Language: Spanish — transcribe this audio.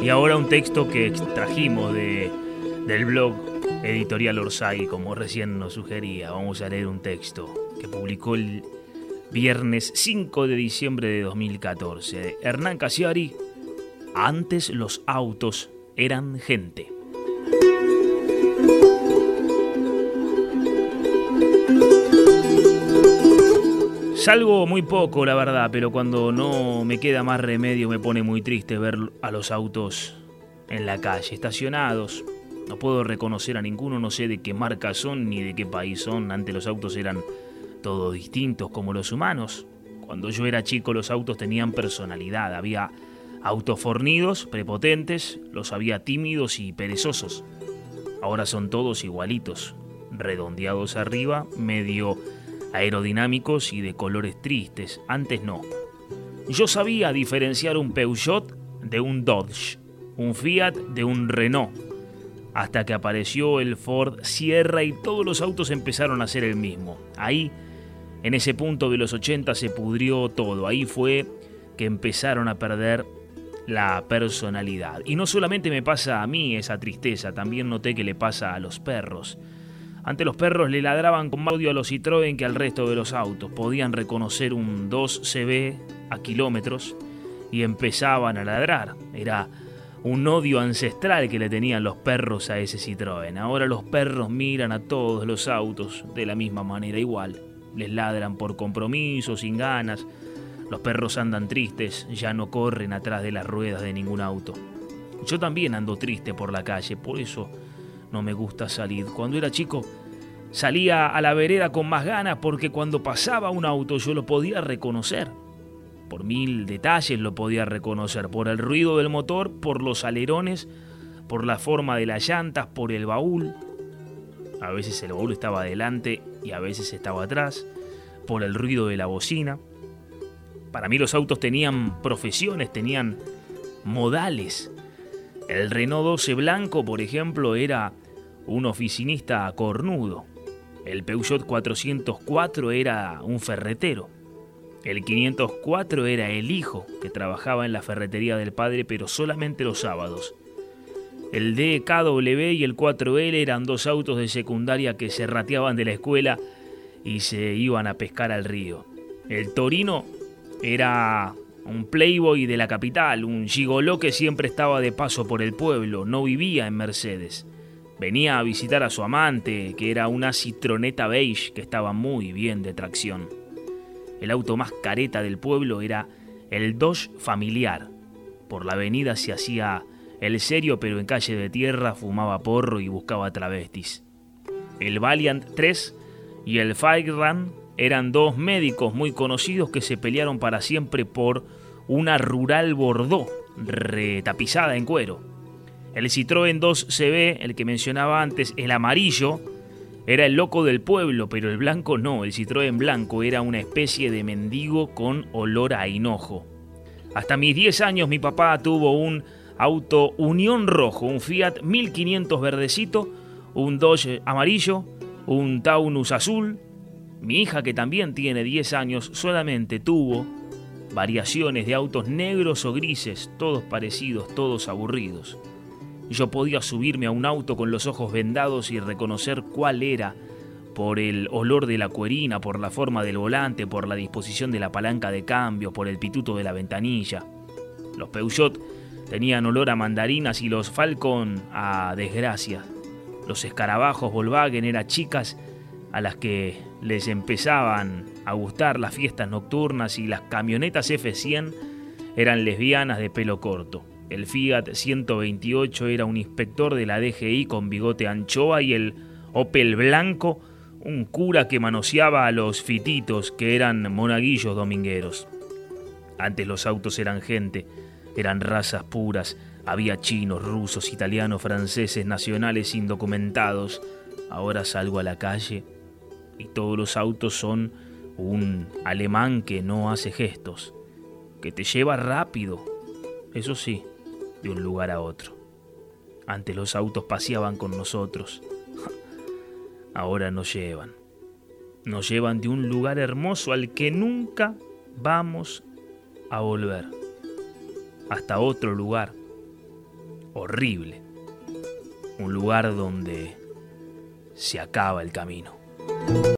Y ahora un texto que extrajimos del blog Editorial Orsay, como recién nos sugería. Vamos a leer un texto que publicó el viernes 5 de diciembre de 2014. Hernán Casiari, antes los autos eran gente. Salgo muy poco, la verdad, pero cuando no me queda más remedio me pone muy triste ver a los autos en la calle, estacionados. No puedo reconocer a ninguno, no sé de qué marca son ni de qué país son. Antes los autos eran todos distintos como los humanos. Cuando yo era chico los autos tenían personalidad. Había autos fornidos, prepotentes, los había tímidos y perezosos. Ahora son todos igualitos, redondeados arriba, medio aerodinámicos y de colores tristes. Antes no. Yo sabía diferenciar un Peugeot de un Dodge, un Fiat de un Renault, hasta que apareció el Ford Sierra y todos los autos empezaron a ser el mismo. Ahí, en ese punto de los 80 se pudrió todo. Ahí fue que empezaron a perder la personalidad. Y no solamente me pasa a mí esa tristeza, también noté que le pasa a los perros. Antes los perros le ladraban con más odio a los Citroën que al resto de los autos. Podían reconocer un 2CV a kilómetros y empezaban a ladrar. Era un odio ancestral que le tenían los perros a ese Citroën. Ahora los perros miran a todos los autos de la misma manera, igual. Les ladran por compromiso, sin ganas. Los perros andan tristes, ya no corren atrás de las ruedas de ningún auto. Yo también ando triste por la calle, por eso no me gusta salir. Cuando era chico salía a la vereda con más ganas porque cuando pasaba un auto yo lo podía reconocer. Por 1000 detalles lo podía reconocer. Por el ruido del motor, por los alerones, por la forma de las llantas, por el baúl. A veces el baúl estaba adelante y a veces estaba atrás. Por el ruido de la bocina. Para mí los autos tenían profesiones, tenían modales. El Renault 12 blanco, por ejemplo, era un oficinista cornudo. El Peugeot 404 era un ferretero. El 504 era el hijo que trabajaba en la ferretería del padre, pero solamente los sábados. El DKW y el 4L eran dos autos de secundaria que se rateaban de la escuela y se iban a pescar al río. El Torino era un playboy de la capital, un gigoló que siempre estaba de paso por el pueblo, no vivía en Mercedes. Venía a visitar a su amante, que era una Citroneta beige que estaba muy bien de tracción. El auto más careta del pueblo era el Dodge familiar. Por la avenida se hacía el serio, pero en calle de tierra fumaba porro y buscaba travestis. El Valiant 3 y el Fireman eran dos médicos muy conocidos que se pelearon para siempre por una Rural Bordeaux retapizada en cuero. El Citroën 2CV, el que mencionaba antes, el amarillo, era el loco del pueblo, pero el blanco no. El Citroën blanco era una especie de mendigo con olor a hinojo. Hasta mis 10 años mi papá tuvo un auto Unión rojo, un Fiat 1500 verdecito, un Dodge amarillo, un Taunus azul. Mi hija, que también tiene 10 años, solamente tuvo variaciones de autos negros o grises, todos parecidos, todos aburridos. Yo podía subirme a un auto con los ojos vendados y reconocer cuál era por el olor de la cuerina, por la forma del volante, por la disposición de la palanca de cambio, por el pituto de la ventanilla. Los Peugeot tenían olor a mandarinas y los Falcon a desgracia. Los escarabajos Volkswagen eran chicas a las que les empezaban a gustar las fiestas nocturnas y las camionetas F100 eran lesbianas de pelo corto. El Fiat 128 era un inspector de la DGI con bigote anchoa y el Opel blanco un cura que manoseaba a los fititos que eran monaguillos domingueros. Antes los autos eran gente, eran razas puras, había chinos, rusos, italianos, franceses, nacionales indocumentados. Ahora salgo a la calle y todos los autos son un alemán que no hace gestos, que te lleva rápido, eso sí, de un lugar a otro. Antes los autos paseaban con nosotros, ahora nos llevan de un lugar hermoso al que nunca vamos a volver, hasta otro lugar horrible. Un lugar donde se acaba el camino.